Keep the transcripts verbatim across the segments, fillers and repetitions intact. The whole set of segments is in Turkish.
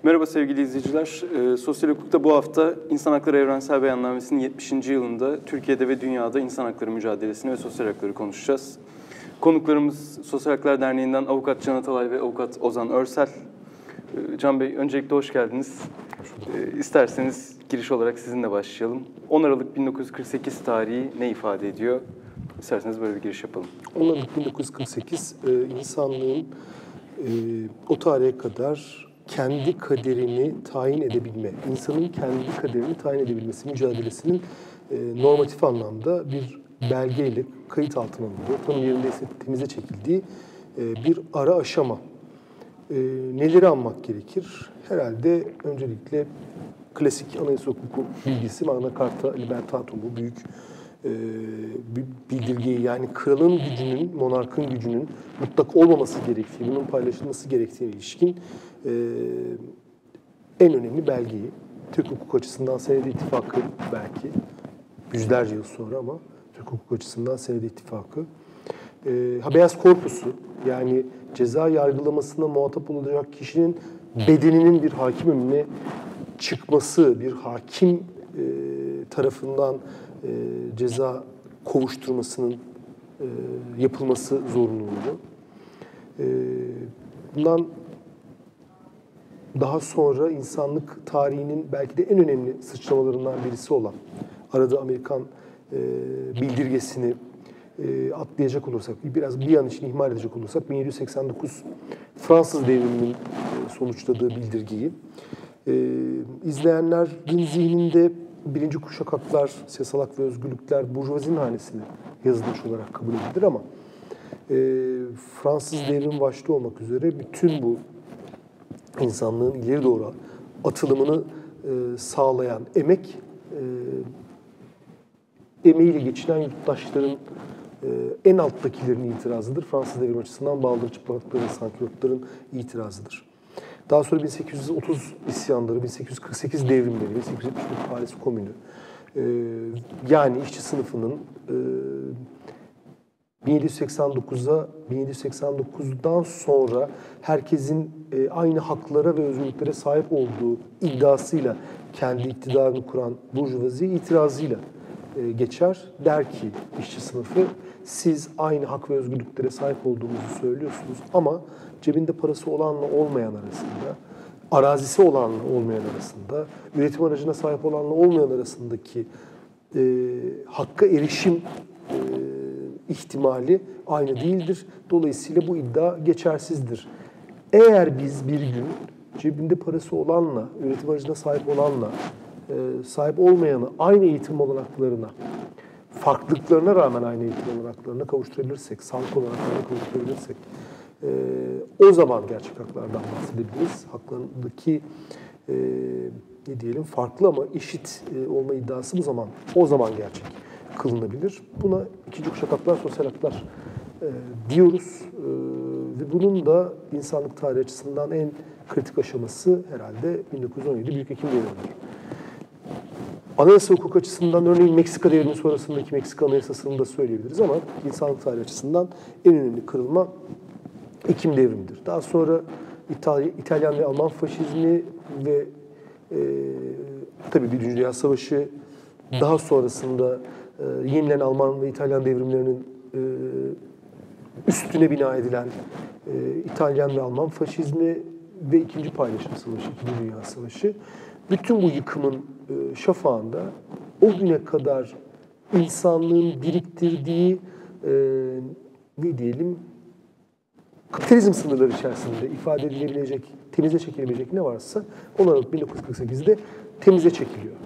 Merhaba sevgili izleyiciler. Ee, Sosyal hukukta bu hafta İnsan Hakları Evrensel Beyannamesi'nin yetmişinci yılında Türkiye'de ve dünyada insan hakları mücadelesini ve sosyal hakları konuşacağız. Konuklarımız Sosyal Haklar Derneği'nden Avukat Can Atalay ve Avukat Ozan Örsel. Ee, Can Bey, öncelikle hoş geldiniz. Ee, isterseniz giriş olarak sizinle başlayalım. on Aralık bin dokuz yüz kırk sekiz tarihi ne ifade ediyor? İsterseniz böyle bir giriş yapalım. on Aralık bin dokuz yüz kırk sekiz, e, insanlığın e, o tarihe kadar kendi kaderini tayin edebilme, insanın kendi kaderini tayin edebilmesi mücadelesinin e, normatif anlamda bir belgeyle kayıt altına alındığı, tanım yerindeyse temize çekildiği e, bir ara aşama. E, neleri anmak gerekir? Herhalde öncelikle klasik anayasa hukuku bilgisi, Magna Carta Libertatum, bu büyük e, bildirgeyi, yani kralın gücünün, monarkın gücünün mutlak olmaması gerektiği, bunun paylaşılması gerektiğine ilişkin e, en önemli belgeyi, Türk hukuk açısından senedi ittifakı belki, yüzlerce yıl sonra ama Türk hukuk açısından senedi ittifakı, e, habeas corpus'u, yani ceza yargılamasına muhatap olacak kişinin bedeninin bir hakim önüne çıkması, bir hakim e, tarafından e, ceza kovuşturmasının e, yapılması zorunluluğu. E, bundan daha sonra insanlık tarihinin belki de en önemli sıçramalarından birisi olan, arada Amerikan e, bildirgesini e, atlayacak olursak, biraz bir an için ihmal edecek olursak, bin yedi yüz seksen dokuz Fransız devriminin e, sonuçladığı bildirgeyi, e, izleyenlerin zihninde birinci kuşak haklar, siyasal hak ve özgürlükler burjuvazinin hanesine yazılmış olarak kabul edilir ama e, Fransız devrimi başta olmak üzere bütün bu insanlığın ileri doğru atılımını e, sağlayan emek, e, emeğiyle geçinen yurttaşların e, en alttakilerin itirazıdır. Fransız devrimi açısından bağlıdır, çıplaklıkların, sankörotların itirazıdır. Daha sonra bin sekiz yüz otuz isyanları, bin sekiz yüz kırk sekiz devrimleri, bin sekiz yüz yetmiş dört Paris Komünü, e, yani işçi sınıfının e, bin yedi yüz seksen dokuza, bin yedi yüz seksen dokuzdan sonra herkesin e, aynı haklara ve özgürlüklere sahip olduğu iddiasıyla kendi iktidarını kuran burjuvazi itirazıyla e, geçer. Der ki işçi sınıfı, siz aynı hak ve özgürlüklere sahip olduğunuzu söylüyorsunuz ama cebinde parası olanla olmayan arasında, arazisi olanla olmayan arasında, üretim aracına sahip olanla olmayan arasındaki e, hakka erişim e, ihtimali aynı değildir. Dolayısıyla bu iddia geçersizdir. Eğer biz bir gün cebinde parası olanla, üretim aracına sahip olanla, e, sahip olmayanı aynı eğitim olanaklarına, farklılıklarına rağmen aynı eğitim olanaklarına kavuşturabilirsek, sağlık olanaklarına kavuşturabilirsek, e, o zaman gerçek haklardan bahsedebiliriz. Haklarındaki e, ne diyelim farklı ama eşit e, olma iddiası bu zaman, o zaman gerçek kılınabilir. Buna ikinci kuşak haklar, sosyal haklar e, diyoruz. E, ve bunun da insanlık tarihi açısından en kritik aşaması herhalde bin dokuz yüz on yedi Büyük Ekim Devrimi'dir. Anayasa hukuk açısından örneğin Meksika Devrimi sonrasındaki Meksika Anayasası'nı da söyleyebiliriz ama insanlık tarihi açısından en önemli kırılma Ekim Devrimi'dir. Daha sonra İtalya, İtalyan ve Alman faşizmi ve e, tabii Birinci Dünya Savaşı, daha sonrasında e, yenilen Alman ve İtalyan devrimlerinin e, üstüne bina edilen e, İtalyan ve Alman faşizmi ve ikinci paylaşım savaşı, ikinci Dünya Savaşı. Bütün bu yıkımın e, şafağında o güne kadar insanlığın biriktirdiği e, ne diyelim kapitalizm sınırları içerisinde ifade edilebilecek, temize çekilebilecek ne varsa on Aralık bin dokuz yüz kırk sekizde temize çekiliyor.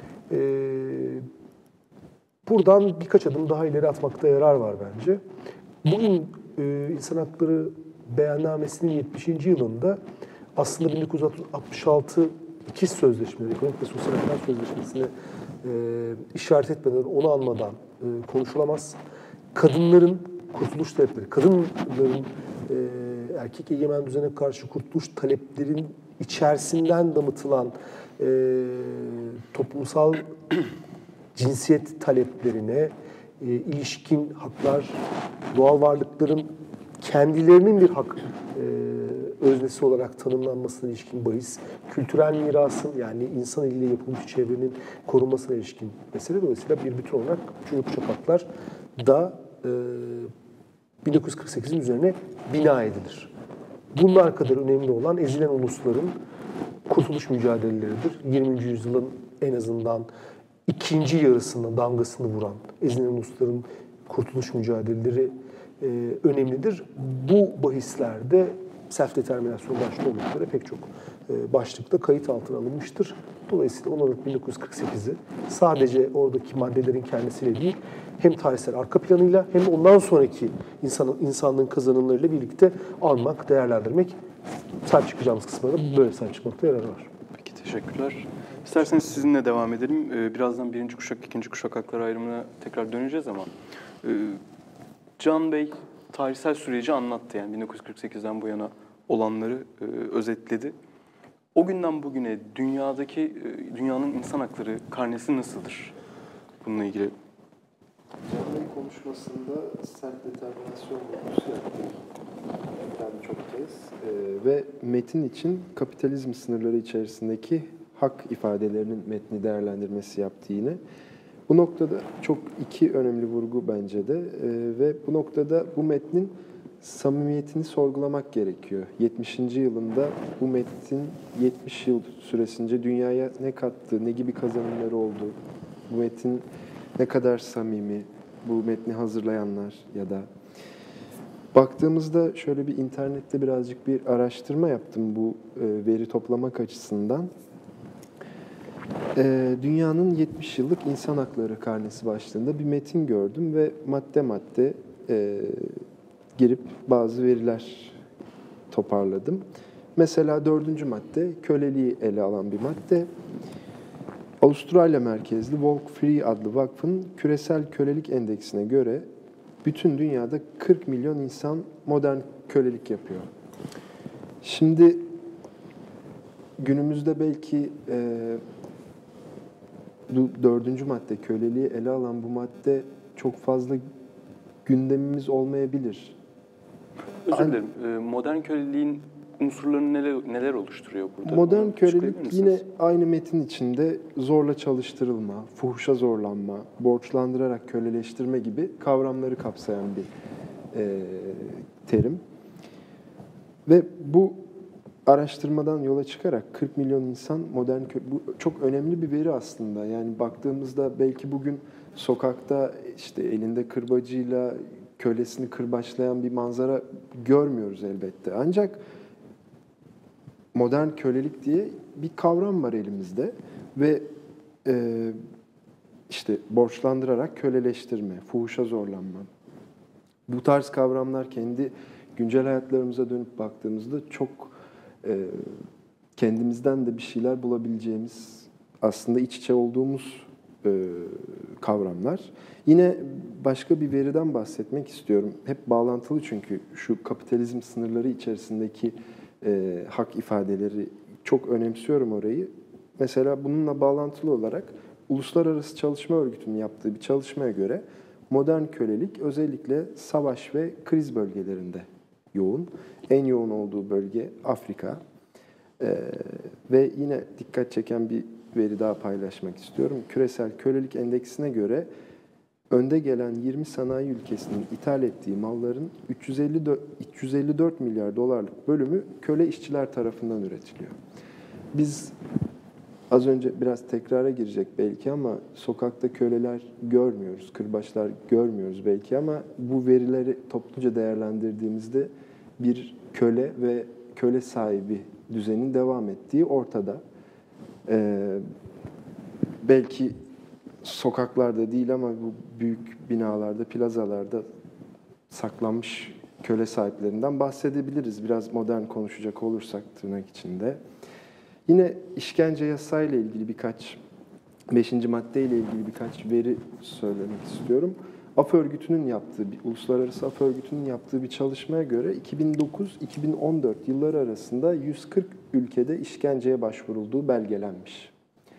Ee, buradan birkaç adım daha ileri atmakta yarar var bence. Bugün e, İnsan Hakları Beyannamesi'nin yetmişinci yılında aslında bin dokuz yüz altmış altı ikiz sözleşmeleri, ekonomik ve sosyal haklar sözleşmesine e, işaret etmeden, onu anmadan e, konuşulamaz. Kadınların kurtuluş talepleri, kadınların e, erkek egemen düzene karşı kurtuluş taleplerin içerisinden damıtılan e, toplumsal cinsiyet taleplerine e, ilişkin haklar, doğal varlıkların kendilerinin bir hak e, öznesi olarak tanımlanmasına ilişkin bahis, kültürel mirasın yani insan eliyle yapılmış çevrenin korunmasına ilişkin mesele. Dolayısıyla bir bütün olarak üçüncü kuşak haklar da e, bin dokuz yüz kırk sekizin üzerine bina edilir. Bunlar kadar önemli olan ezilen ulusların kurtuluş mücadeleleridir. yirminci yüzyılın en azından ikinci yarısında damgasını vuran ezilen ulusların kurtuluş mücadeleleri e, önemlidir. Bu bahislerde self-determinasyon başta olmak üzere pek çok e, başlıkta kayıt altına alınmıştır. Dolayısıyla on Aralık bin dokuz yüz kırk sekizi sadece oradaki maddelerin kendisiyle değil, hem tarihsel arka planıyla hem de ondan sonraki insan, insanlığın kazanımlarıyla birlikte almak, değerlendirmek, sahip çıkacağımız kısmına da böyle sahip çıkmakta yarar var. Peki, teşekkürler. İsterseniz sizinle devam edelim. Birazdan birinci kuşak, ikinci kuşak hakları ayrımına tekrar döneceğiz ama Can Bey tarihsel süreci anlattı. Yani bin dokuz yüz kırk sekizden bu yana olanları özetledi. O günden bugüne dünyadaki, dünyanın insan hakları karnesi nasıldır? Bununla ilgili. Can Bey konuşmasında self-determinasyon vurgusu yaptı. Yani çok kez. Ee, ve metin için kapitalizm sınırları içerisindeki hak ifadelerinin metni değerlendirmesi yaptı yine. Bu noktada çok iki önemli vurgu bence de. Ee, ve bu noktada bu metnin samimiyetini sorgulamak gerekiyor. yetmişinci yılında bu metnin yetmiş yıl süresince dünyaya ne kattı, ne gibi kazanımları oldu, bu metin ne kadar samimi, bu metni hazırlayanlar ya da baktığımızda şöyle bir internette birazcık bir araştırma yaptım bu e, veri toplamak açısından. E, dünyanın yetmiş yıllık insan hakları karnesi başlığında bir metin gördüm ve madde madde e, girip bazı veriler toparladım. Mesela dördüncü madde köleliği ele alan bir madde. Avustralya merkezli Walk Free adlı vakfın küresel kölelik endeksine göre bütün dünyada kırk milyon insan modern kölelik yapıyor. Şimdi günümüzde belki e, dördüncü madde köleliği ele alan bu madde çok fazla gündemimiz olmayabilir. Özür dilerim. Modern köleliğin unsurlarını neler, neler oluşturuyor burada? Modern Onu kölelik yine aynı metin içinde zorla çalıştırılma, fuhuşa zorlanma, borçlandırarak köleleştirme gibi kavramları kapsayan bir e, terim. Ve bu araştırmadan yola çıkarak kırk milyon insan modern kölelik, bu çok önemli bir veri aslında. Yani baktığımızda belki bugün sokakta işte elinde kırbacıyla kölesini kırbaçlayan bir manzara görmüyoruz elbette. Ancak modern kölelik diye bir kavram var elimizde ve e, işte borçlandırarak köleleştirme, fuhuşa zorlanma. Bu tarz kavramlar kendi güncel hayatlarımıza dönüp baktığımızda çok e, kendimizden de bir şeyler bulabileceğimiz, aslında iç içe olduğumuz e, kavramlar. Yine başka bir veriden bahsetmek istiyorum. Hep bağlantılı çünkü şu kapitalizm sınırları içerisindeki e, hak ifadeleri, çok önemsiyorum orayı. Mesela bununla bağlantılı olarak Uluslararası Çalışma Örgütü'nün yaptığı bir çalışmaya göre modern kölelik özellikle savaş ve kriz bölgelerinde yoğun. En yoğun olduğu bölge Afrika. Ee, ve yine dikkat çeken bir veri daha paylaşmak istiyorum. Küresel kölelik endeksine göre önde gelen yirmi sanayi ülkesinin ithal ettiği malların üç yüz elli dört milyar dolarlık bölümü köle işçiler tarafından üretiliyor. Biz az önce biraz tekrara girecek belki ama sokakta köleler görmüyoruz, kırbaçlar görmüyoruz belki ama bu verileri topluca değerlendirdiğimizde bir köle ve köle sahibi düzenin devam ettiği ortada. Ee, belki sokaklarda değil ama bu büyük binalarda, plazalarda saklanmış köle sahiplerinden bahsedebiliriz. Biraz modern konuşacak olursak tırnak içinde. Yine işkence yasayla ilgili birkaç, beşinci maddeyle ilgili birkaç veri söylemek istiyorum. Af Örgütü'nün yaptığı, bir Uluslararası Af Örgütü'nün yaptığı bir çalışmaya göre iki bin dokuz iki bin on dört yılları arasında yüz kırk ülkede işkenceye başvurulduğu belgelenmiş.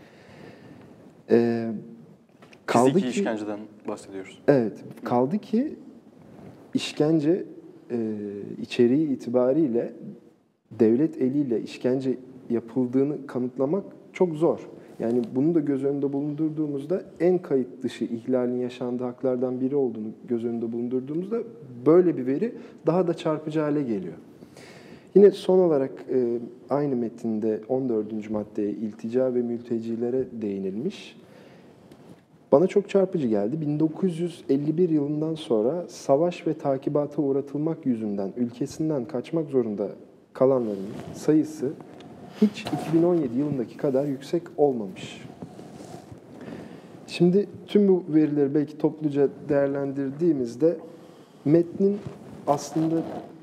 Ee, kaldı Fiziki ki, işkenceden bahsediyoruz. Evet, kaldı ki işkence e, içeriği itibariyle devlet eliyle işkence yapıldığını kanıtlamak çok zor. Yani bunu da göz önünde bulundurduğumuzda en kayıt dışı ihlalin yaşandığı haklardan biri olduğunu göz önünde bulundurduğumuzda böyle bir veri daha da çarpıcı hale geliyor. Yine son olarak e, aynı metinde on dördüncü maddeye iltica ve mültecilere değinilmiş. Bana çok çarpıcı geldi. bin dokuz yüz elli bir yılından sonra savaş ve takibata uğratılmak yüzünden ülkesinden kaçmak zorunda kalanların sayısı hiç iki bin on yedi yılındaki kadar yüksek olmamış. Şimdi tüm bu verileri belki topluca değerlendirdiğimizde metnin aslında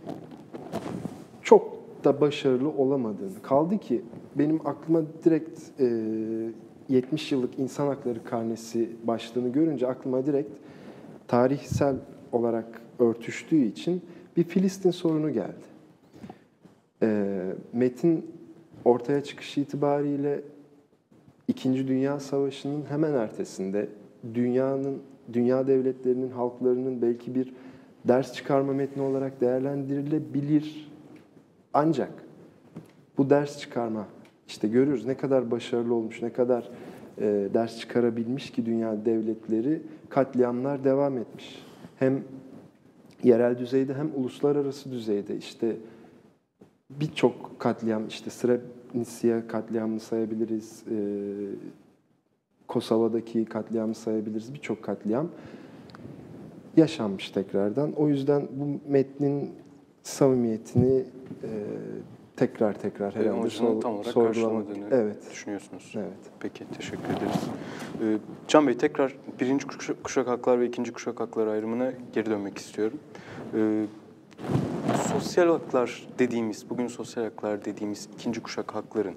çok da başarılı olamadığını, kaldı ki benim aklıma direkt e, yetmiş yıllık insan hakları karnesi başlığını görünce aklıma direkt tarihsel olarak örtüştüğü için bir Filistin sorunu geldi. E, metin ortaya çıkış itibariyle İkinci Dünya Savaşı'nın hemen ertesinde dünyanın, dünya devletlerinin, halklarının belki bir ders çıkarma metni olarak değerlendirilebilir. Ancak bu ders çıkarma, işte görüyoruz ne kadar başarılı olmuş, ne kadar e, ders çıkarabilmiş ki dünya devletleri, katliamlar devam etmiş. Hem yerel düzeyde hem uluslararası düzeyde işte birçok katliam, işte Srebrenica katliamını sayabiliriz, e, Kosova'daki katliamı sayabiliriz, birçok katliam yaşanmış tekrardan. O yüzden bu metnin samimiyetini e, tekrar tekrar herhalde e, sor, tam olarak sorgulamak. Evet. düşünüyorsunuz. Evet. Peki, teşekkür ederiz. Ee, Can Bey, tekrar birinci kuşak, kuşak haklar ve ikinci kuşak haklar ayrımına geri dönmek istiyorum. Ee, sosyal haklar dediğimiz, bugün sosyal haklar dediğimiz ikinci kuşak hakların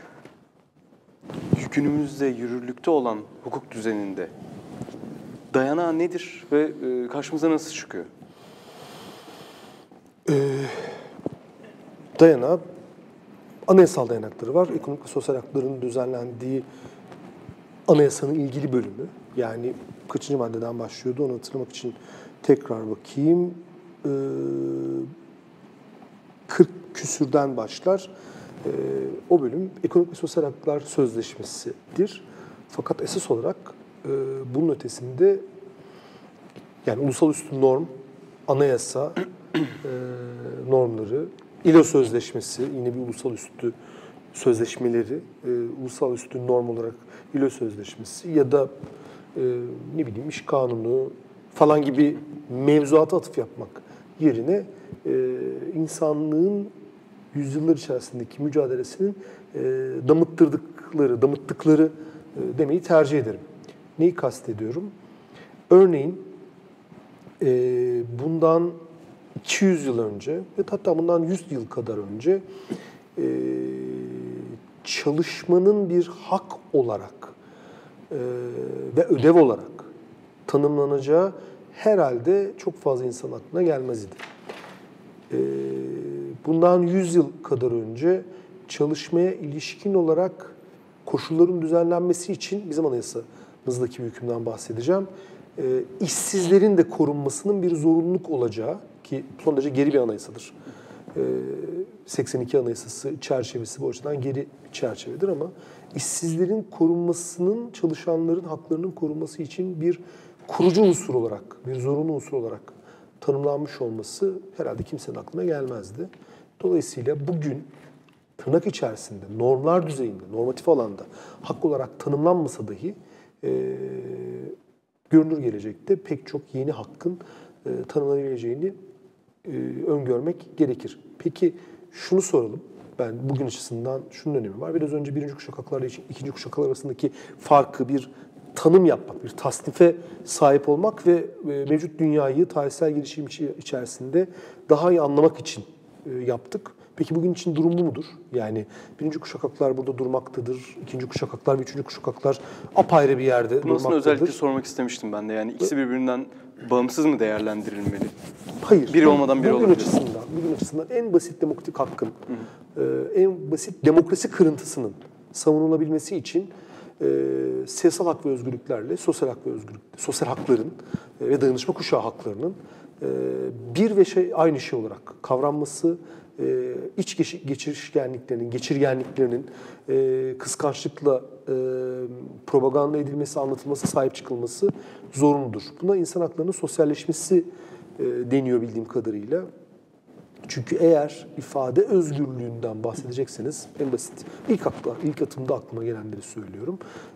günümüzde yürürlükte olan hukuk düzeninde dayanağı nedir ve e, karşımıza nasıl çıkıyor? Ee, dayanağı, anayasal dayanakları var. Ekonomik ve sosyal hakların düzenlendiği anayasanın ilgili bölümü. Yani kaçıncı maddeden başlıyordu onu hatırlamak için tekrar bakayım. Ee, kırk küsürden başlar. Ee, o bölüm Ekonomik ve Sosyal Haklar Sözleşmesi'dir. Fakat esas olarak e, bunun ötesinde yani ulusal üstü norm, anayasa e, normları, İ L O Sözleşmesi, yine bir ulusal üstü sözleşmeleri, e, ulusal üstü norm olarak İ L O Sözleşmesi ya da e, ne bileyim iş kanunu falan gibi mevzuata atıf yapmak yerine e, insanlığın yüzyıllar içerisindeki mücadelesinin e, damıttırdıkları, damıttıkları e, demeyi tercih ederim. Neyi kastediyorum? Örneğin e, bundan iki yüz yıl önce ve hatta bundan yüz yıl kadar önce e, çalışmanın bir hak olarak e, ve ödev olarak tanımlanacağı herhalde çok fazla insan aklına gelmez idi. E, bundan yüz yıl kadar önce çalışmaya ilişkin olarak koşulların düzenlenmesi için bizim anayasamızdaki bir hükümden bahsedeceğim. E, işsizlerin de korunmasının bir zorunluluk olacağı ki son derece geri bir anayasadır. E, seksen iki Anayasası çerçevesi bu açıdan geri bir çerçevedir ama işsizlerin korunmasının, çalışanların haklarının korunması için bir kurucu unsur olarak, bir zorunlu unsur olarak tanımlanmış olması herhalde kimsenin aklına gelmezdi. Dolayısıyla bugün tırnak içerisinde, normlar düzeyinde, normatif alanda hak olarak tanımlanmasa dahi e, görünür gelecekte pek çok yeni hakkın e, tanımlanabileceğini e, öngörmek gerekir. Peki şunu soralım, ben bugün açısından şunun önemi var. Biraz önce birinci kuşak haklarla ikinci kuşak haklar arasındaki farkı bir tanım yapmak, bir tasnife sahip olmak ve mevcut dünyayı tarihsel gelişim içerisinde daha iyi anlamak için yaptık. Peki bugün için durum bu mudur? Yani birinci kuşak haklar burada durmaktadır, ikinci kuşak haklar ve üçüncü kuşak haklar apayrı bir yerde Bunu durmaktadır. aslında özellikle sormak istemiştim ben de. Yani ikisi birbirinden bağımsız mı değerlendirilmeli? Hayır. Biri olmadan biri bugün olabilir. Açısından, bugün açısından en basit demokratik hakkın, e, en basit demokrasi kırıntısının savunulabilmesi için e, siyasal hak ve özgürlüklerle sosyal hak ve özgürlük, sosyal hakların e, ve dayanışma kuşağı haklarının bir ve şey aynı şey olarak kavranması, iç geçirgenliklerinin, geçirgenliklerinin kıskançlıkla propaganda edilmesi, anlatılması, sahip çıkılması zorunludur. Buna insan haklarının sosyalleşmesi deniyor bildiğim kadarıyla. Çünkü eğer ifade özgürlüğünden bahsedecekseniz, en basit, ilk, akla, ilk atımda aklıma gelenleri söylüyorum.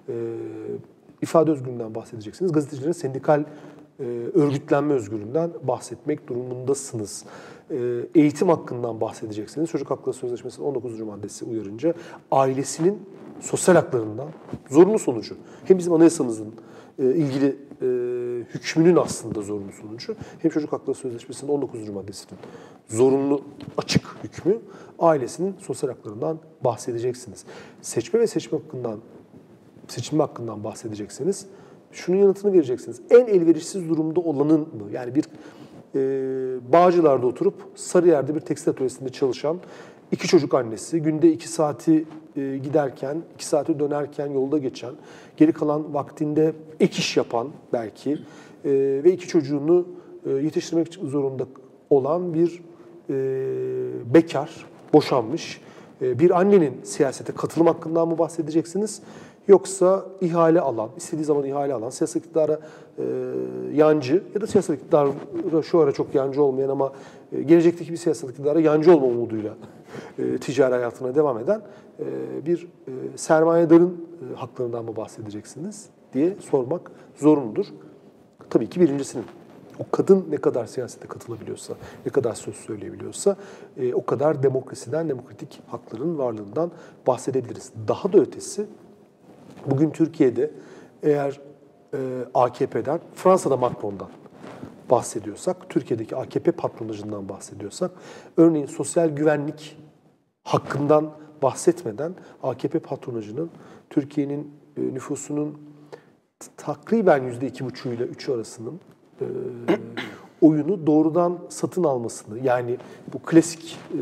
İfade özgürlüğünden bahsedeceksiniz. Gazetecilerin sendikal örgütlenme özgürlüğünden bahsetmek durumundasınız. Eğitim hakkından bahsedeceksiniz. Çocuk Hakları Sözleşmesi'nin on dokuzuncu maddesi uyarınca ailesinin sosyal haklarından zorunlu sonucu. Hem bizim anayasamızın ilgili hükmünün aslında zorunlu sonucu, hem Çocuk Hakları Sözleşmesi'nin on dokuzuncu maddesinin zorunlu açık hükmü, ailesinin sosyal haklarından bahsedeceksiniz. Seçme ve seçme hakkından, seçilme hakkından bahsedeceksiniz. Şunun yanıtını vereceksiniz. En elverişsiz durumda olanın mı? Yani bir e, Bağcılar'da oturup Sarıyer'de bir tekstil atölyesinde çalışan iki çocuk annesi, günde iki saati e, giderken, iki saati dönerken yolda geçen, geri kalan vaktinde ek iş yapan belki e, ve iki çocuğunu e, yetiştirmek zorunda olan bir e, bekar, boşanmış e, bir annenin siyasete katılım hakkından mı bahsedeceksiniz? Yoksa ihale alan, istediği zaman ihale alan, siyasal iktidara e, yancı ya da siyasal iktidara şu ara çok yancı olmayan ama e, gelecekteki bir siyasal iktidara yancı olma umuduyla e, ticari hayatına devam eden e, bir e, sermayedarın e, haklarından mı bahsedeceksiniz diye sormak zorundur. Tabii ki birincisinin. O kadın ne kadar siyasete katılabiliyorsa, ne kadar söz söyleyebiliyorsa e, o kadar demokrasiden, demokratik hakların varlığından bahsedebiliriz. Daha da ötesi, bugün Türkiye'de eğer e, A K P'den, Fransa'da Macron'dan bahsediyorsak, Türkiye'deki A K P patronajından bahsediyorsak, örneğin sosyal güvenlik hakkından bahsetmeden A K P patronajının Türkiye'nin e, nüfusunun takriben yüzde iki buçuk ile üç arasının e, oyunu doğrudan satın almasını, yani bu klasik e,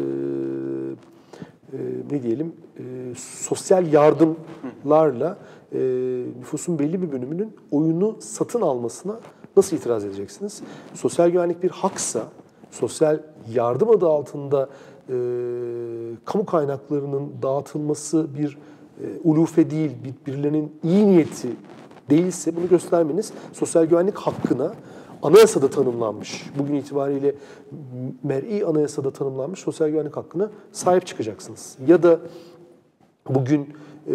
e, ne diyelim e, sosyal yardımlarla e, nüfusun belli bir bölümünün oyunu satın almasına nasıl itiraz edeceksiniz? Sosyal güvenlik bir haksa, sosyal yardım adı altında e, kamu kaynaklarının dağıtılması bir e, ulufe değil, bir, birilerinin iyi niyeti değilse bunu göstermeniz sosyal güvenlik hakkına anayasada tanımlanmış, bugün itibariyle mer'i anayasada tanımlanmış sosyal güvenlik hakkına sahip çıkacaksınız. Ya da bugün e,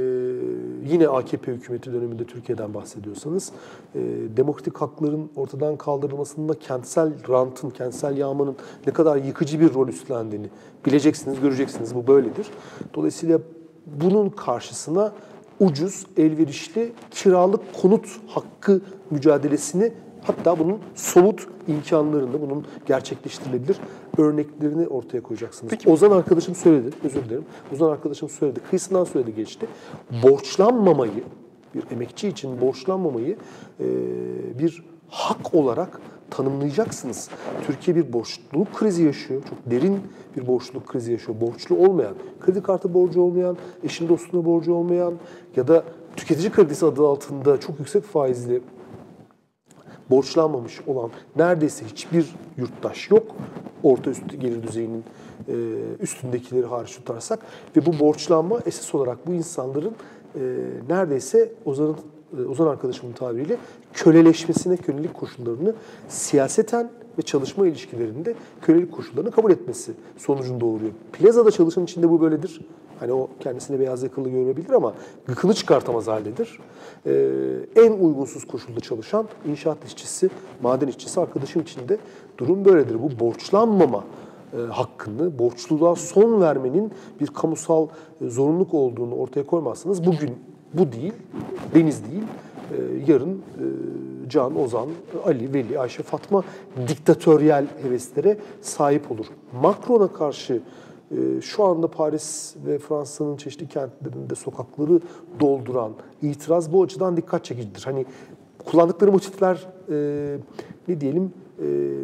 yine A K P hükümeti döneminde Türkiye'den bahsediyorsanız, e, demokratik hakların ortadan kaldırılmasında kentsel rantın, kentsel yağmanın ne kadar yıkıcı bir rol üstlendiğini bileceksiniz, göreceksiniz. Bu böyledir. Dolayısıyla bunun karşısına ucuz, elverişli kiralık konut hakkı mücadelesini, hatta bunun somut imkanlarında bunun gerçekleştirilebilir örneklerini ortaya koyacaksınız. Peki. Ozan arkadaşım söyledi, özür dilerim. Ozan arkadaşım söyledi, kıyısından söyledi geçti. Borçlanmamayı, bir emekçi için borçlanmamayı e, bir hak olarak tanımlayacaksınız. Türkiye bir borçluluk krizi yaşıyor. Çok derin bir borçluluk krizi yaşıyor. Borçlu olmayan, kredi kartı borcu olmayan, eşin dostuna borcu olmayan ya da tüketici kredisi adı altında çok yüksek faizli borçlanmamış olan neredeyse hiçbir yurttaş yok. Orta üst gelir düzeyinin üstündekileri hariç tutarsak ve bu borçlanma esas olarak bu insanların neredeyse Ozan'ın Ozan arkadaşımın tabiriyle köleleşmesine, kölelik koşullarını siyaseten ve çalışma ilişkilerinde kölelik koşullarını kabul etmesi sonucunda doğuruyor. Plazada çalışan içinde bu böyledir. Hani o kendisine beyaz yakalı görebilir ama gıkını çıkartamaz haldedir. Ee, en uygunsuz koşulda çalışan inşaat işçisi, maden işçisi arkadaşım için de durum böyledir. Bu borçlanmama e, hakkını, borçluluğa son vermenin bir kamusal e, zorunluluk olduğunu ortaya koymazsanız bugün bu değil, Deniz değil, e, yarın e, Can, Ozan, Ali, Veli, Ayşe, Fatma diktatöryel heveslere sahip olur. Macron'a karşı şu anda Paris ve Fransa'nın çeşitli kentlerinde sokakları dolduran itiraz bu açıdan dikkat çekicidir. Hani kullandıkları motifler e, ne diyelim e,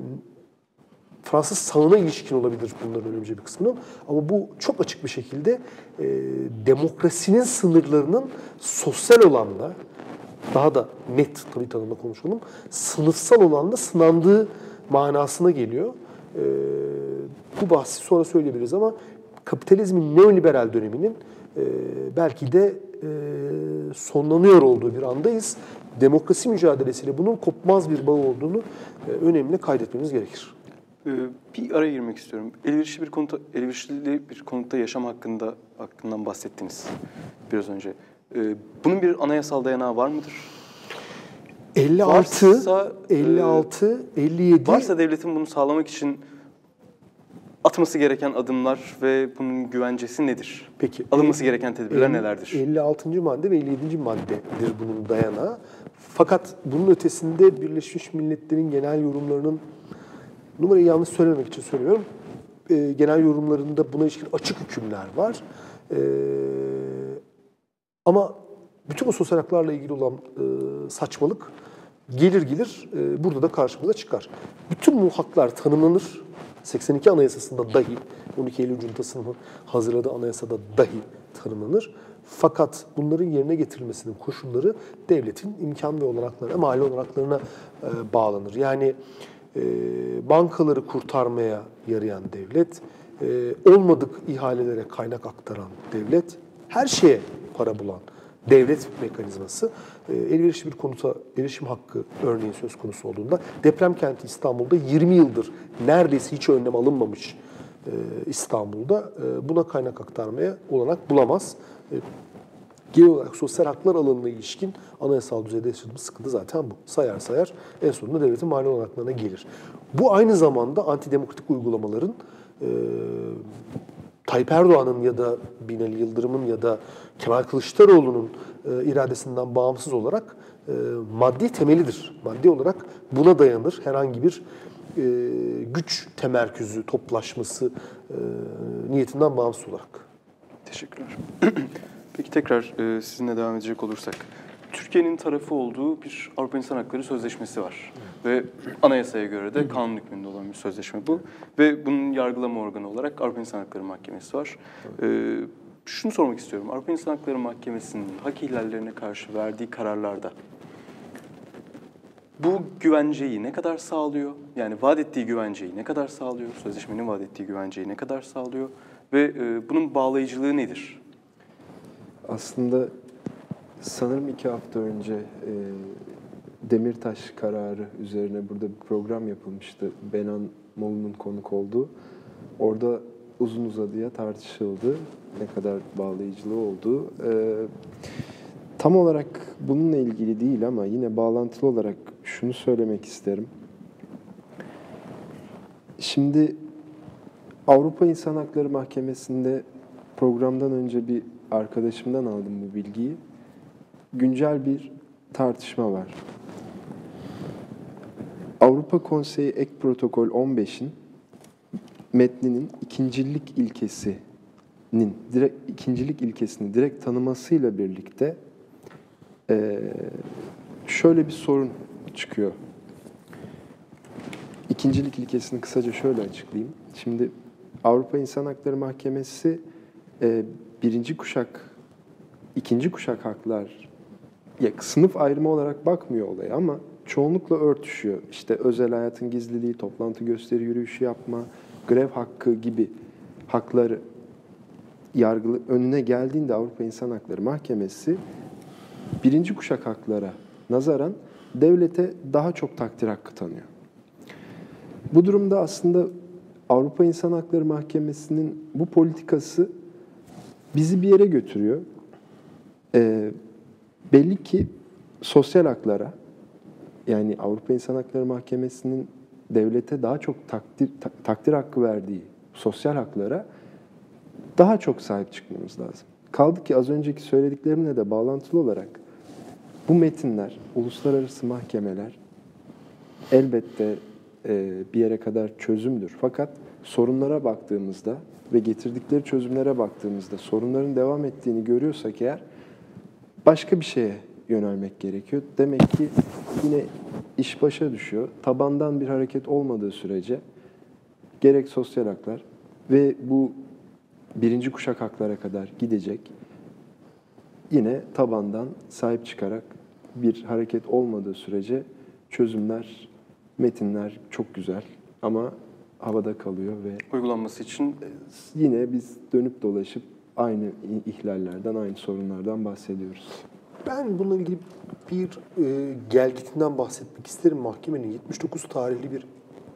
Fransız sağına ilişkin olabilir bunların önemli bir kısmının. Ama bu çok açık bir şekilde e, demokrasinin sınırlarının sosyal olanla, daha da net tabii tanımda konuşalım, sınıfsal olanla sınandığı manasına geliyor. E, bu bahsi sonra söyleyebiliriz ama kapitalizmin neoliberal döneminin e, belki de e, sonlanıyor olduğu bir andayız. Demokrasi mücadelesiyle bunun kopmaz bir bağ olduğunu e, önemli kaydetmemiz gerekir. Ee, bir araya girmek istiyorum. Elverişli bir konuta, elverişli bir konutta yaşam hakkında hakkından bahsettiniz biraz önce. Ee, bunun bir anayasal dayanağı var mıdır? elli altı, Varsa, elli altı, elli yedi. Varsa devletin bunu sağlamak için atması gereken adımlar ve bunun güvencesi nedir? Peki, alınması gereken tedbirler elli, nelerdir? elli altıncı madde ve elli yedinci maddedir bunun dayanağı. Fakat bunun ötesinde Birleşmiş Milletler'in genel yorumlarının, numarayı yanlış söylememek için söylüyorum, e, genel yorumlarında buna ilişkin açık hükümler var. E, ama bütün bu sosyal haklarla ilgili olan e, saçmalık gelir gelir e, burada da karşımıza çıkar. Bütün bu haklar tanımlanır. seksen iki Anayasası'nda dahi, on iki Eylül Cuntası'nın hazırladığı anayasada dahi tanımlanır. Fakat bunların yerine getirilmesinin koşulları devletin imkan ve olanaklarına, mali olanaklarına e, bağlanır. Yani e, bankaları kurtarmaya yarayan devlet, e, olmadık ihalelere kaynak aktaran devlet, her şeye para bulan devlet mekanizması, e, elverişli bir konuta erişim hakkı örneğin söz konusu olduğunda, deprem kenti İstanbul'da yirmi yıldır neredeyse hiç önlem alınmamış e, İstanbul'da e, buna kaynak aktarmaya olanak bulamaz. E, genel olarak sosyal haklar alanına ilişkin anayasal düzeyde yaşadığımız sıkıntı zaten bu. Sayar sayar en sonunda devletin mali olanaklarına gelir. Bu aynı zamanda antidemokratik uygulamaların e, Tayyip Erdoğan'ın ya da Binali Yıldırım'ın ya da Kemal Kılıçdaroğlu'nun e, iradesinden bağımsız olarak e, maddi temelidir. Maddi olarak buna dayanır. Herhangi bir e, güç temerküzü, toplaşması e, niyetinden bağımsız olarak. Teşekkürler. Peki tekrar e, sizinle devam edecek olursak. Türkiye'nin tarafı olduğu bir Avrupa İnsan Hakları Sözleşmesi var. Ve anayasaya göre de kanun hükmünde olan bir sözleşme bu. Ve bunun yargılama organı olarak Avrupa İnsan Hakları Mahkemesi var. E, şunu sormak istiyorum. Avrupa İnsan Hakları Mahkemesi'nin hak ihlallerine karşı verdiği kararlarda bu güvenceyi ne kadar sağlıyor? Yani vaat ettiği güvenceyi ne kadar sağlıyor? Sözleşmenin vaat ettiği güvenceyi ne kadar sağlıyor? Ve e, bunun bağlayıcılığı nedir? Aslında sanırım iki hafta önce e, Demirtaş kararı üzerine burada bir program yapılmıştı. Benan Molu'nun konuk olduğu. Orada uzun uzadıya tartışıldı. Ne kadar bağlayıcılığı olduğu. E, tam olarak bununla ilgili değil ama yine bağlantılı olarak şunu söylemek isterim. Şimdi Avrupa İnsan Hakları Mahkemesi'nde programdan önce bir arkadaşımdan aldım bu bilgiyi. Güncel bir tartışma var. Avrupa Konseyi Ek Protokol on beşin metninin ikincilik ilkesinin direkt ikincilik ilkesini direkt tanımasıyla birlikte e, şöyle bir sorun çıkıyor. İkincilik ilkesini kısaca şöyle açıklayayım. Şimdi Avrupa İnsan Hakları Mahkemesi e, birinci kuşak, ikinci kuşak haklar, ya sınıf ayrımı olarak bakmıyor olaya ama çoğunlukla örtüşüyor. İşte özel hayatın gizliliği, toplantı, gösteri, yürüyüşü yapma, grev hakkı gibi hakları yargılı önüne geldiğinde Avrupa İnsan Hakları Mahkemesi birinci kuşak haklara nazaran devlete daha çok takdir hakkı tanıyor. Bu durumda aslında Avrupa İnsan Hakları Mahkemesi'nin bu politikası bizi bir yere götürüyor. Ee, belli ki sosyal haklara, yani Avrupa İnsan Hakları Mahkemesi'nin devlete daha çok takdir, ta, takdir hakkı verdiği sosyal haklara daha çok sahip çıkmamız lazım. Kaldı ki az önceki söylediklerimle de bağlantılı olarak bu metinler, uluslararası mahkemeler elbette e, bir yere kadar çözümdür. Fakat sorunlara baktığımızda ve getirdikleri çözümlere baktığımızda sorunların devam ettiğini görüyorsak eğer başka bir şeye yönelmek gerekiyor. Demek ki yine iş başa düşüyor. Tabandan bir hareket olmadığı sürece gerek sosyal haklar ve bu birinci kuşak haklara kadar gidecek, yine tabandan sahip çıkarak bir hareket olmadığı sürece çözümler Metinler çok güzel ama havada kalıyor ve Uygulanması için yine biz dönüp dolaşıp aynı ihlallerden, aynı sorunlardan bahsediyoruz. Ben bununla ilgili bir e, gelgitinden bahsetmek isterim. Mahkemenin yetmiş dokuz tarihli bir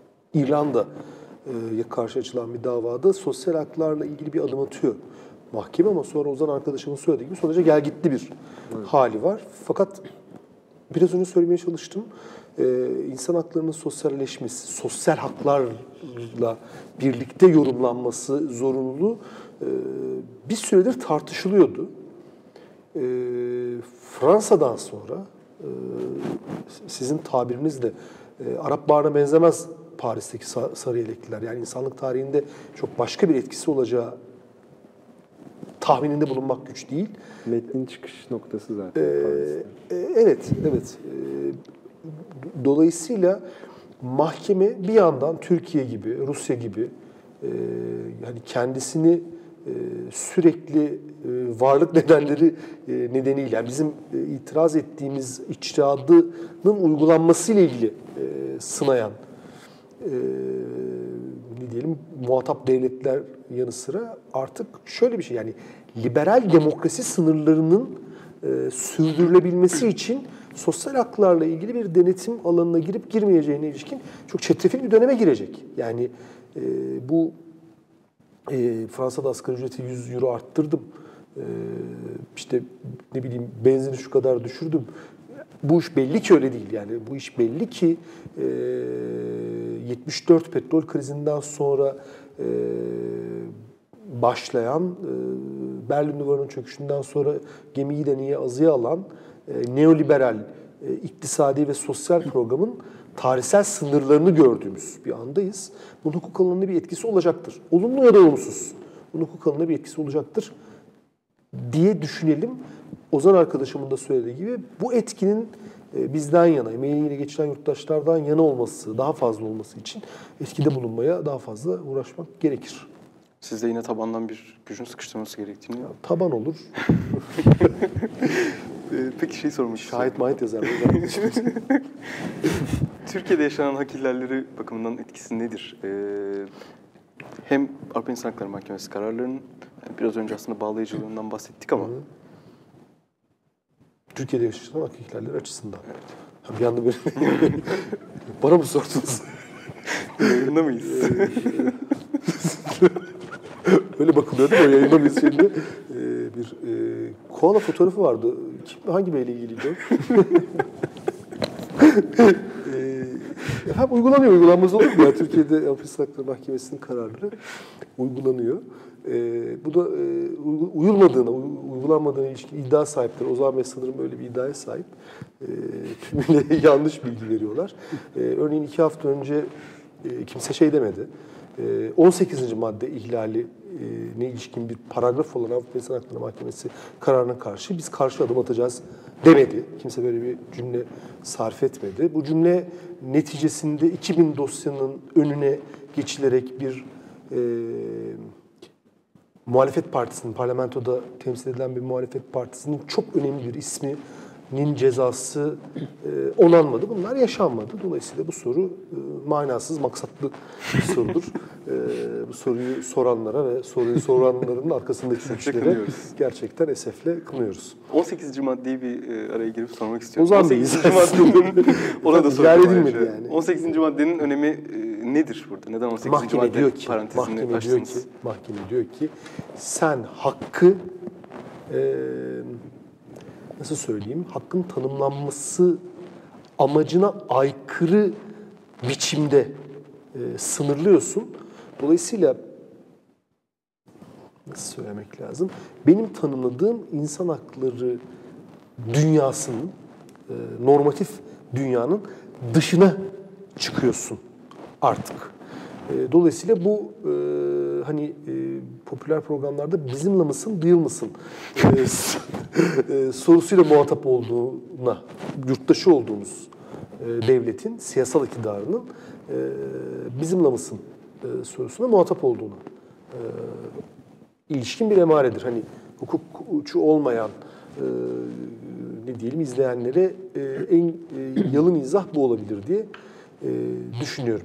İrlanda'ya karşı açılan bir davada sosyal haklarla ilgili bir adım atıyor mahkeme, ama sonra Ozan arkadaşımın söylediği gibi sonuca gelgitli bir evet. hali var. Fakat biraz önce söylemeye çalıştım. Ee, insan haklarının sosyalleşmesi, sosyal haklarla birlikte yorumlanması zorunluluğu e, bir süredir tartışılıyordu. Ee, Fransa'dan sonra e, sizin tabirinizle e, Arap Baharı'na benzemez Paris'teki sarı yelekliler. Yani insanlık tarihinde çok başka bir etkisi olacağı tahmininde bulunmak güç değil. Metnin çıkış noktası zaten ee, Paris'te. E, evet, evet. E, dolayısıyla mahkeme bir yandan Türkiye gibi, Rusya gibi e, yani kendisini e, sürekli e, varlık nedenleri e, nedeniyle, yani bizim e, itiraz ettiğimiz içtihadının uygulanmasıyla ilgili e, sınayan e, ne diyelim muhatap devletler yanı sıra artık şöyle bir şey, yani liberal demokrasi sınırlarının e, sürdürülebilmesi için sosyal haklarla ilgili bir denetim alanına girip girmeyeceğine ilişkin çok çetrefil bir döneme girecek. Yani e, bu e, Fransa'da asgari ücreti yüz euro arttırdım. E, işte ne bileyim benzini şu kadar düşürdüm. Bu iş belli ki öyle değil. Yani bu iş belli ki e, yetmiş dört petrol krizinden sonra e, başlayan, e, Berlin Duvarı'nın çöküşünden sonra gemiyi de niye azıya alan e, neoliberal e, iktisadi ve sosyal programın tarihsel sınırlarını gördüğümüz bir andayız. Bunun hukuk alanına bir etkisi olacaktır. Olumlu ya da olumsuz. Bunun hukuk alanına bir etkisi olacaktır diye düşünelim. Ozan arkadaşımın da söylediği gibi bu etkinin bizden yana, emeğiyle geçiren yurttaşlardan yana olması, daha fazla olması için etkide bulunmaya daha fazla uğraşmak gerekir. Siz de yine tabandan bir gücün sıkıştırması gerektiğini... Ya, taban olur. Peki şey sormak istiyorum. Şahit mahit yazar. Türkiye'de yaşanan hak ihlalleri bakımından etkisi nedir? Ee, hem Avrupa İnsan Hakları Mahkemesi kararlarının, yani biraz önce aslında bağlayıcılığından bahsettik ama... Hı. Türkiye'de yaşanan hak ihlalleri açısından. Evet. Ha, bir anda böyle... Bana mı sordunuz? Yayında mıyız? Öyle bakılıyor değil mi? O yayında mıyız şimdi? Ee, bir e, koala fotoğrafı vardı. Kim, hangi beyle ilgiliydi o? ee, hem uygulanıyor, uygulanmaz olur mu? Yani Türkiye'de Avrupa İnsan Hakları Mahkemesi'nin kararları uygulanıyor. Ee, bu da e, uyulmadığına, uygulanmadığına ilişkin iddia sahipleri. Ozan Bey sanırım böyle bir iddiaya sahip. E, tümüyle yanlış bilgi veriyorlar. E, örneğin iki hafta önce e, kimse şey demedi. E, on sekizinci madde ihlali e, ne ilişkin bir paragraf olan Avrupa İnsan Hakları Mahkemesi kararına karşı biz karşı adım atacağız demedi. Kimse böyle bir cümle sarf etmedi. Bu cümle neticesinde iki bin dosyanın önüne geçilerek bir e, muhalefet partisinin, parlamentoda temsil edilen bir muhalefet partisinin çok önemli bir isminin cezası e, onanmadı. Bunlar yaşanmadı. Dolayısıyla bu soru e, manasız, maksatlı bir sorudur. E, bu soruyu soranlara ve soruyu soranların arkasındaki güçlere gerçekten esefle kınıyoruz. on sekizinci maddeyi bir e, araya girip sormak istiyorum. Ozan Bey, ona da sorayım. Yani. on sekizinci maddenin önemi e, nedir burada? Neden on sekizinci mahkeme madde diyor ki, parantezini mahkeme açtınız? diyor ki, mahkeme diyor ki sen hakkı e, nasıl söyleyeyim? Hakkın tanımlanması amacına aykırı biçimde e, sınırlıyorsun. Dolayısıyla nasıl söylemek lazım? Benim tanımladığım insan hakları dünyasının, e, normatif dünyanın dışına çıkıyorsun artık. E, dolayısıyla bu e, hani e, popüler programlarda bizimle mısın, değil mısın e, e, sorusuyla muhatap olduğuna, yurttaşı olduğumuz e, devletin, siyasal iktidarının e, bizimle mısın e, sorusuna muhatap olduğuna e, ilişkin bir emaredir. Hani hukukçu olmayan e, ne diyelim izleyenlere e, en e, yalın izah bu olabilir diye e, düşünüyorum.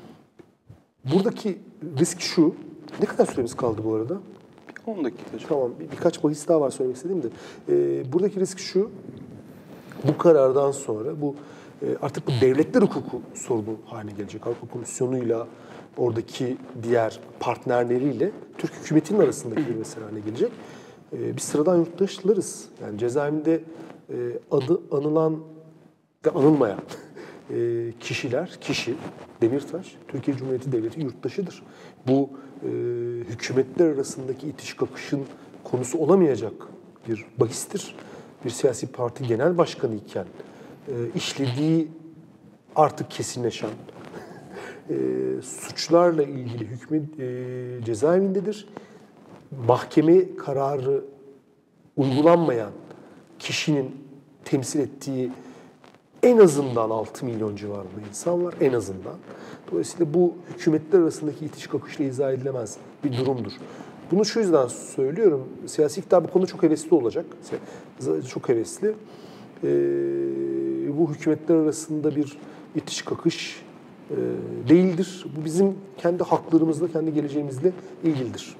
Buradaki risk şu, ne kadar süremiz kaldı bu arada? on dakika. Tamam, bir, birkaç bahis daha var söylemek istediğim de. E, buradaki risk şu, bu karardan sonra bu e, artık bu devletler hukuku sorunu haline gelecek. Avrupa Komisyonu'yla oradaki diğer partnerleriyle Türk hükümetinin arasındaki bir mesele haline gelecek. E, biz sıradan yurttaşlarız. Yani cezaevinde e, adı anılan ve anılmayan e, kişiler, kişi, Demirtaş, Türkiye Cumhuriyeti Devleti yurttaşıdır. Bu e, hükümetler arasındaki itiş kakışın konusu olamayacak bir bahistir. Bir siyasi parti genel başkanı iken e, işlediği artık kesinleşen e, suçlarla ilgili hükmü e, cezaevindedir. Mahkeme kararı uygulanmayan kişinin temsil ettiği en azından altı milyon civarında insan var, en azından. Dolayısıyla bu hükümetler arasındaki itiş kakışla izah edilemez bir durumdur. Bunu şu yüzden söylüyorum, siyasi iktidar bu konuda çok hevesli olacak, çok hevesli. Ee, bu hükümetler arasında bir itiş kakış e, değildir. Bu bizim kendi haklarımızla, kendi geleceğimizle ilgilidir.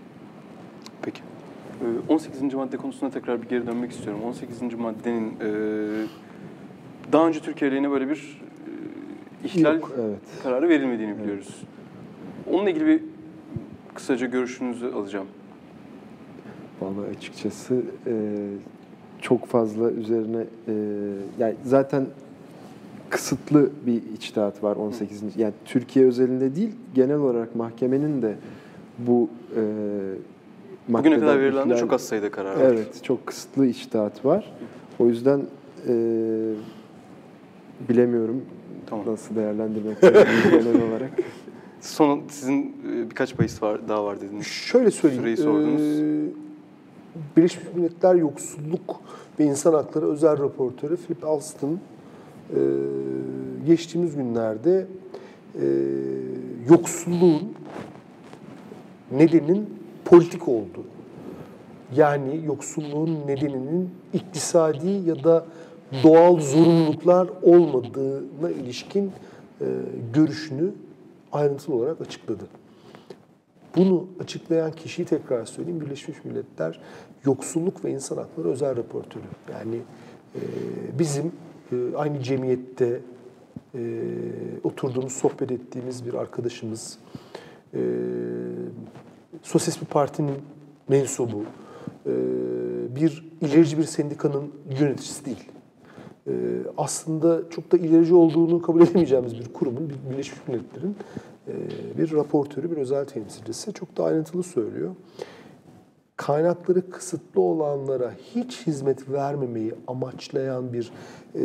Peki. on sekizinci madde konusuna tekrar bir geri dönmek istiyorum. on sekizinci maddenin e, daha önce Türkiye aleyhine böyle bir e, ihlal Yok, evet. kararı verilmediğini biliyoruz. Evet. Onunla ilgili bir kısaca görüşünüzü alacağım. Vallahi açıkçası e, çok fazla üzerine e, yani zaten kısıtlı bir içtihat var on sekizinci Yani Türkiye özelinde değil, genel olarak mahkemenin de bu e, bugüne kadar verilen ihlal, de çok az sayıda karar var. Evet, çok kısıtlı içtihat var. O yüzden e, bilemiyorum tamam. nasıl değerlendirmek gerektiğini genel olarak. Son sizin birkaç bahis var, daha var dediniz. Şöyle söyleyeyim. Süreyi sordunuz. Ee, Birleşmiş Milletler Yoksulluk ve İnsan Hakları Özel Raportörü Philip Alston e, geçtiğimiz günlerde e, yoksulluğun nedeninin politik olduğu, yani yoksulluğun nedeninin iktisadi ya da doğal zorunluluklar olmadığına ilişkin e, görüşünü ayrıntılı olarak açıkladı. Bunu açıklayan kişiyi tekrar söyleyeyim, Birleşmiş Milletler Yoksulluk ve İnsan Hakları Özel Raportörü. Yani e, bizim e, aynı cemiyette e, oturduğumuz, sohbet ettiğimiz bir arkadaşımız, e, sosyalist bir partinin mensubu, e, bir ilerici bir sendikanın yöneticisi değil. E, aslında çok da ilerici olduğunu kabul edemeyeceğimiz bir kurumun, bir Birleşmiş Milletler'in bir raportörü, bir özel temsilcisi çok da ayrıntılı söylüyor. Kaynakları kısıtlı olanlara hiç hizmet vermemeyi amaçlayan bir e,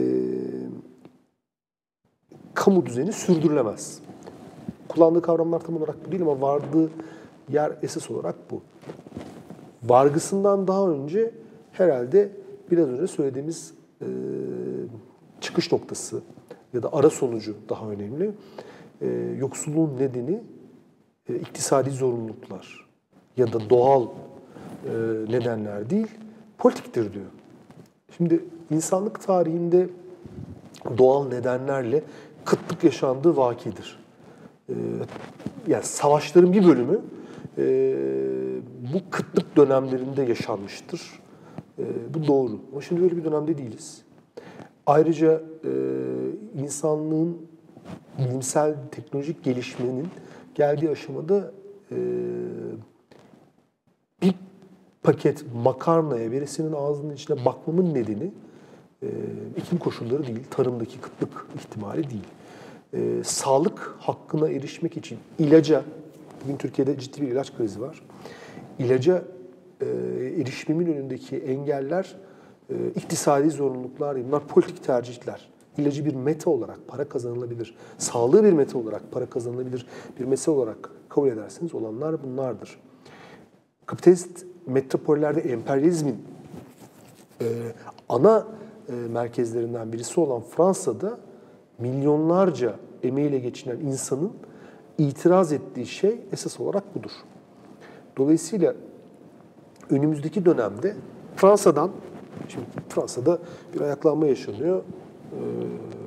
kamu düzeni sürdürülemez. Kullandığı kavramlar tam olarak bu değil ama vardığı yer esas olarak bu. Vargısından daha önce herhalde biraz önce söylediğimiz e, çıkış noktası ya da ara sonucu daha önemli. Ee, yoksulluğun nedeni e, iktisadi zorunluluklar ya da doğal e, nedenler değil, politiktir diyor. Şimdi insanlık tarihinde doğal nedenlerle kıtlık yaşandığı vakidir. E, yani savaşların bir bölümü e, bu kıtlık dönemlerinde yaşanmıştır. E, bu doğru. Ama şimdi böyle bir dönemde değiliz. Ayrıca e, insanlığın bilimsel, teknolojik gelişmenin geldiği aşamada e, bir paket makarnaya birisinin ağzının içine bakmamın nedeni e, iklim koşulları değil, tarımdaki kıtlık ihtimali değil. E, sağlık hakkına erişmek için ilaca, bugün Türkiye'de ciddi bir ilaç krizi var. İlaca e, erişimin önündeki engeller e, iktisadi zorunluluklar değil, bunlar politik tercihler. İlacı bir meta olarak para kazanılabilir, sağlığı bir meta olarak para kazanılabilir bir mesele olarak kabul ederseniz olanlar bunlardır. Kapitalist metropollerde emperyalizmin e, ana e, merkezlerinden birisi olan Fransa'da milyonlarca emeğiyle geçinen insanın itiraz ettiği şey esas olarak budur. Dolayısıyla önümüzdeki dönemde Fransa'dan, şimdi Fransa'da bir ayaklanma yaşanıyor.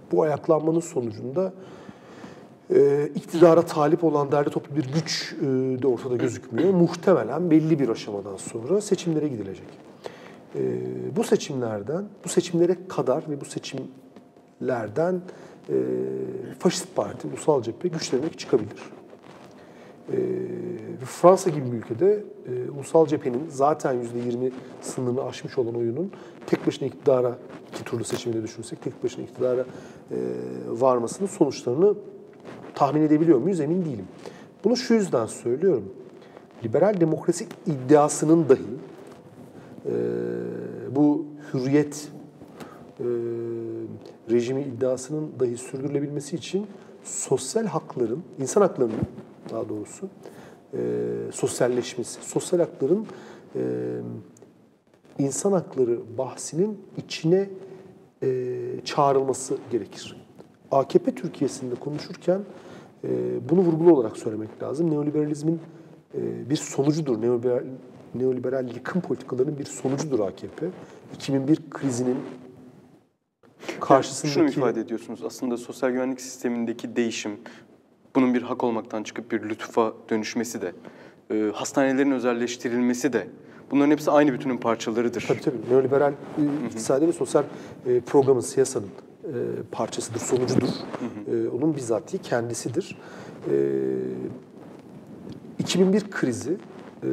Bu ayaklanmanın sonucunda e, iktidara talip olan derli toplu bir güç e, de ortada gözükmüyor. Muhtemelen belli bir aşamadan sonra seçimlere gidilecek. E, bu seçimlerden, bu seçimlere kadar ve bu seçimlerden e, Faşist Parti, Ulusal Cephe güçlenerek çıkabilir. E, Fransa gibi bir ülkede e, Ulusal Cephe'nin zaten yüzde yirmi sınırını aşmış olan oyunun tek başına iktidara, iki turlu seçimde düşünürsek tek başına iktidara e, varmasının sonuçlarını tahmin edebiliyor muyuz emin değilim. Bunu şu yüzden söylüyorum. Liberal demokrasi iddiasının dahi e, bu hürriyet e, rejimi iddiasının dahi sürdürülebilmesi için sosyal hakların, insan haklarının daha doğrusu e, sosyalleşmesi, sosyal hakların e, insan hakları bahsinin içine e, çağrılması gerekir. A K P Türkiye'sinde konuşurken e, bunu vurgulu olarak söylemek lazım. Neoliberalizmin e, bir sonucudur. Neoliberal, neoliberal yıkım politikalarının bir sonucudur A K P. iki bin bir krizinin karşısındaki... Şunu ifade ediyorsunuz. Aslında sosyal güvenlik sistemindeki değişim, bunun bir hak olmaktan çıkıp bir lütfa dönüşmesi de, e, hastanelerin özelleştirilmesi de, bunların hepsi aynı bütünün parçalarıdır. Tabii tabii. Neoliberal iktisadi ve sosyal e, programın, siyasanın e, parçasıdır, sonucudur. Hı hı. E, onun bizzatihi kendisidir. E, iki bin bir krizi, e,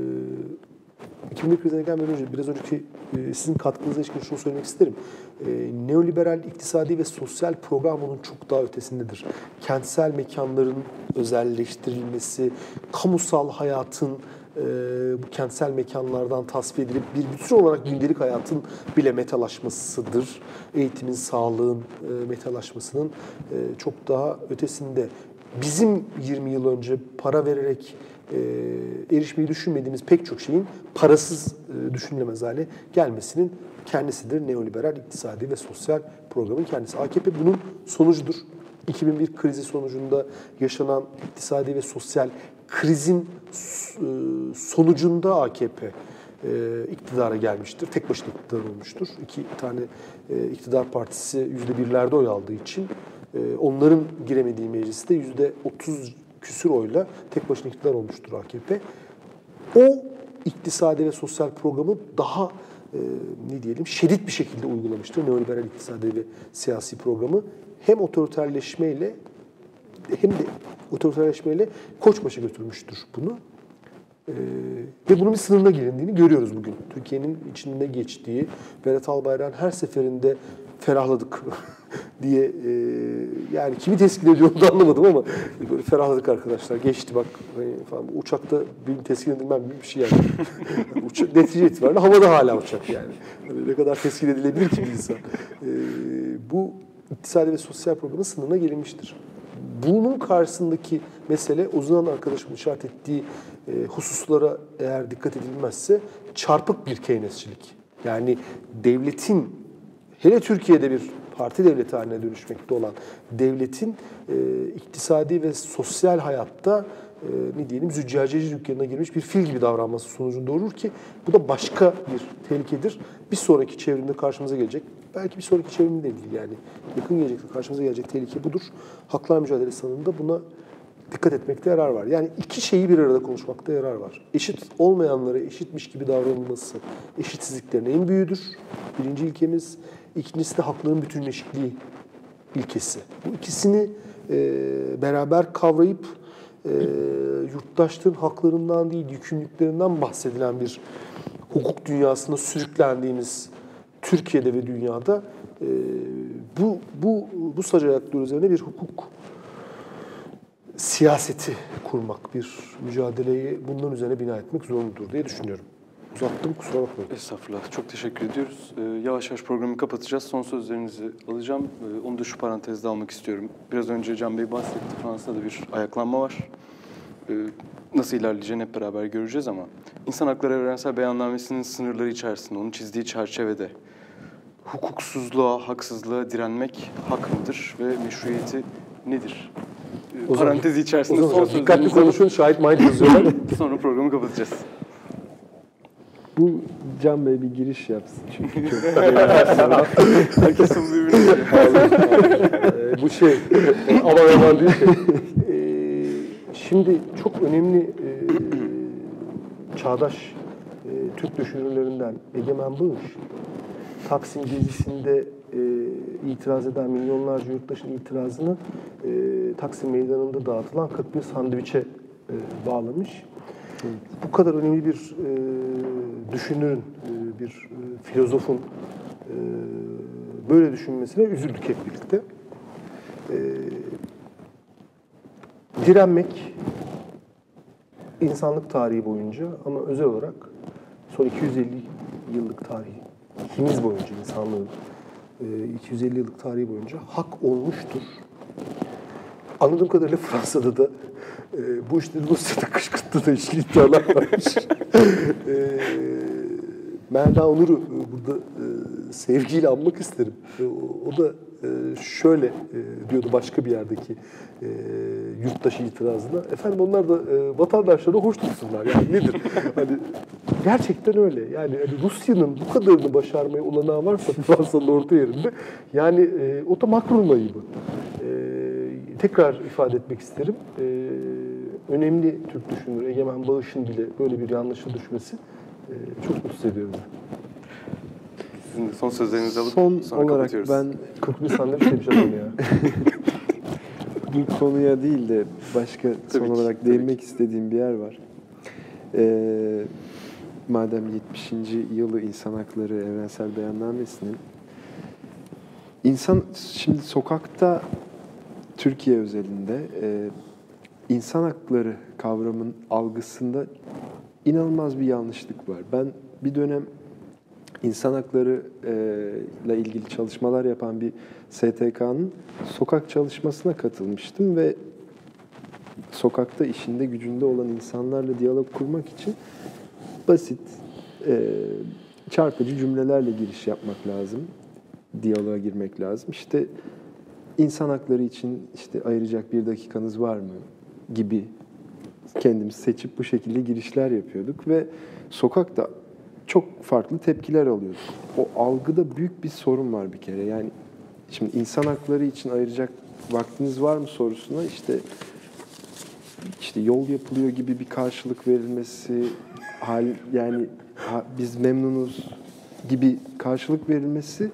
iki bin bir krizine gelmeden önce biraz önceki e, sizin katkınıza ilişkin şunu söylemek isterim. E, neoliberal iktisadi ve sosyal program onun çok daha ötesindedir. Kentsel mekanların özelleştirilmesi, kamusal hayatın e, bu kentsel mekanlardan tasfiye edilip bir bütün olarak gündelik hayatın bile metalaşmasıdır. Eğitimin, sağlığın e, metalaşmasının e, çok daha ötesinde. Bizim yirmi yıl önce para vererek e, erişmeyi düşünmediğimiz pek çok şeyin parasız e, düşünülemez hale gelmesinin kendisidir. Neoliberal iktisadi ve sosyal programın kendisi. A K P bunun sonucudur. iki bin bir krizi sonucunda yaşanan iktisadi ve sosyal krizin sonucunda A K P e, iktidara gelmiştir. Tek başına iktidar olmuştur. İki tane e, iktidar partisi yüzde birlerde oy aldığı için e, onların giremediği mecliste yüzde otuz küsür oyla tek başına iktidar olmuştur A K P. O iktisadi ve sosyal programı daha e, ne diyelim şiddet bir şekilde uygulamıştır. Neoliberal iktisadi ve siyasi programı hem otoriterleşmeyle hem de otoriterleşmeyle koçbaşı götürmüştür bunu. Ee, ve bunun bir sınırına gelindiğini görüyoruz bugün. Türkiye'nin içinde geçtiği, Berat Albayrak'ın her seferinde ferahladık diye e, yani kimi teskil ediyor da anlamadım ama böyle ferahladık arkadaşlar geçti bak falan. Uçakta benim teskil edilmem gibi bir şey yani. yani uçak, netice itibariyle havada hala uçak yani. yani ne kadar teskil edilebilir ki bir insan. Ee, bu iktisadi ve sosyal programın sınırına gelinmiştir. Bunun karşısındaki mesele Ozan arkadaşımın işaret ettiği e, hususlara eğer dikkat edilmezse çarpık bir Keynesçilik. Yani devletin, hele Türkiye'de bir parti devleti haline dönüşmekte olan devletin e, iktisadi ve sosyal hayatta e, ne diyelim züccaciyeci dükkanına girmiş bir fil gibi davranması sonucunda olur ki bu da başka bir tehlikedir. Bir sonraki çevrimde karşımıza gelecek. Belki bir sonraki çevrimde de değil yani. Yakın gelecekte karşımıza gelecek tehlike budur. Haklar mücadelesi alanında buna dikkat etmekte yarar var. Yani iki şeyi bir arada konuşmakta yarar var. Eşit olmayanlara eşitmiş gibi davranılması eşitsizliklerin en büyüğüdür. Birinci ilkemiz. İkincisi de hakların bütünleşikliği ilkesi. Bu ikisini e, beraber kavrayıp e, yurttaşların haklarından değil, yükümlülüklerinden bahsedilen bir hukuk dünyasında sürüklendiğimiz Türkiye'de ve dünyada e, bu bu bu sac ayakları üzerine bir hukuk siyaseti kurmak, bir mücadeleyi bundan üzerine bina etmek zorunludur diye düşünüyorum. Uzattım, kusura bakmayın. Estağfurullah. Çok teşekkür ediyoruz. Ee, yavaş yavaş programı kapatacağız. Son sözlerinizi alacağım. Ee, onu da şu parantezde almak istiyorum. Biraz önce Can Bey bahsetti. Fransa'da bir ayaklanma var. Ee, nasıl ilerleyeceğini hep beraber göreceğiz ama İnsan Hakları Evrensel Beyannamesi'nin sınırları içerisinde, onun çizdiği çerçevede hukuksuzluğa, haksızlığa direnmek hak mıdır ve meşruiyeti nedir? Ee, parantezi içerisinde son sözlerinizi... Dikkatli konuşun, şahit mahit yazıyorlar. Sonra programı kapatacağız. Bu Can Bey bir giriş yapsın çünkü çok Herkesin birbirine Ee, bu şey, ama yaman değil şey. Ee, şimdi çok önemli e, çağdaş e, Türk düşünürlerinden Egemen Bağış, Taksim gezisinde e, itiraz eden milyonlarca yurttaşın itirazını e, Taksim Meydanı'nda dağıtılan kırk bir sandviçe e, bağlamış. Evet. Bu kadar önemli bir e, düşünürün, e, bir e, filozofun e, böyle düşünmesine üzüldük hep birlikte. E, direnmek insanlık tarihi boyunca ama özel olarak son iki yüz elli yıllık tarihimiz boyunca, insanlığın e, iki yüz elli yıllık tarihi boyunca hak olmuştur. Anladığım kadarıyla Fransa'da da e, bu işleri Rusya'da kışkırttığı da ilişkili iddialar varmış. e, Melda Onur'u burada e, sevgiyle anmak isterim. E, o, o da e, şöyle e, diyordu başka bir yerdeki e, yurttaş itirazına. Efendim onlar da e, vatandaşları hoş tutsunlar. Yani nedir? Hani gerçekten öyle. Yani hani Rusya'nın bu kadarını başarmaya olanağı varsa Fransa'nın orta yerinde, yani e, o da Macron'un ayıbı. E, tekrar ifade etmek isterim. E, önemli Türk düşünür Egemen Bağış'ın bile böyle bir yanlışa düşmesi e, çok mutsuz ediyor bizi. Sizin de son sözlerinizi alıp son sonra olarak kapatıyoruz. ben kırk bir sandviç demiş adam ya. bu konuya değil de başka Tabii son ki, olarak tabii değinmek ki. istediğim bir yer var. Ee, madem yetmişinci yılı İnsan Hakları Evrensel Beyannamesi'nin, insan şimdi sokakta Türkiye özelinde e, insan hakları kavramının algısında inanılmaz bir yanlışlık var. Ben bir dönem insan hakları e, ile ilgili çalışmalar yapan bir S T K'nın sokak çalışmasına katılmıştım ve sokakta işinde gücünde olan insanlarla diyalog kurmak için basit, e, çarpıcı cümlelerle giriş yapmak lazım. Diyaloğa girmek lazım. İşte insan hakları için işte ayıracak bir dakikanız var mı gibi kendimiz seçip bu şekilde girişler yapıyorduk ve sokakta çok farklı tepkiler alıyorduk. O algıda büyük bir sorun var bir kere. Yani şimdi insan hakları için ayıracak vaktiniz var mı sorusuna işte işte yol yapılıyor gibi bir karşılık verilmesi, hal yani ha, biz memnunuz gibi karşılık verilmesi,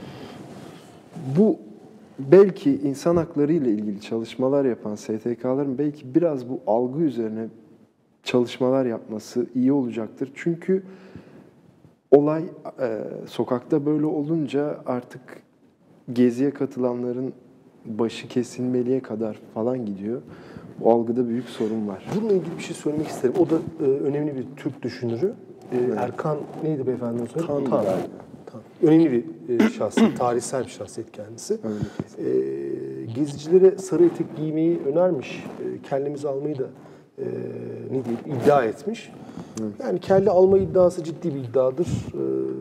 bu belki insan hakları ile ilgili çalışmalar yapan S T K'ların belki biraz bu algı üzerine çalışmalar yapması iyi olacaktır. Çünkü olay e, sokakta böyle olunca artık geziye katılanların başı kesilmeliye kadar falan gidiyor. O algıda büyük sorun var. Bununla ilgili bir şey söylemek isterim. O da e, önemli bir Türk düşünürü. E, Evet. Erkan neydi beyefendinin soyadı? Tan. Tan. Tan. Önemli bir e, şahsiyet, tarihsel bir şahsiyet kendisi. Öyle. E, gezicilere sarı etek giymeyi önermiş. E, kellemizi almayı da e, ne diyeyim iddia etmiş. Evet. Yani kelle alma iddiası ciddi bir iddiadır. E,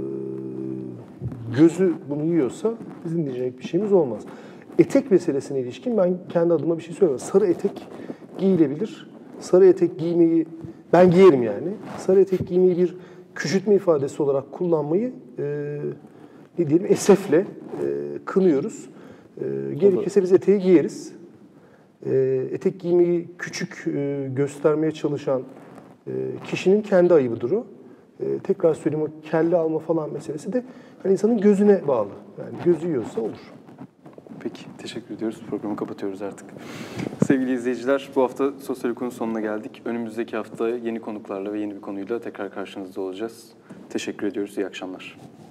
gözü bunu yiyorsa bizim diyecek bir şeyimiz olmaz. Etek meselesine ilişkin ben kendi adıma bir şey söyleyeyim. Sarı etek giyilebilir. Sarı etek giymeyi ben giyerim yani. Sarı etek giymeyi bir küçültme ifadesi olarak kullanmayı e, ne diyelim esefle e, kınıyoruz. E, gerekirse biz eteği giyeriz. E, etek giymeyi küçük e, göstermeye çalışan e, kişinin kendi ayıbıdır o. E, tekrar söyleyeyim, o kelle alma falan meselesi de hani insanın gözüne bağlı. Yani gözü yiyorsa olur. Peki, teşekkür ediyoruz. Programı kapatıyoruz artık. Sevgili izleyiciler, bu hafta Sosyolojinin sonuna geldik. Önümüzdeki hafta yeni konuklarla ve yeni bir konuyla tekrar karşınızda olacağız. Teşekkür ediyoruz. İyi akşamlar.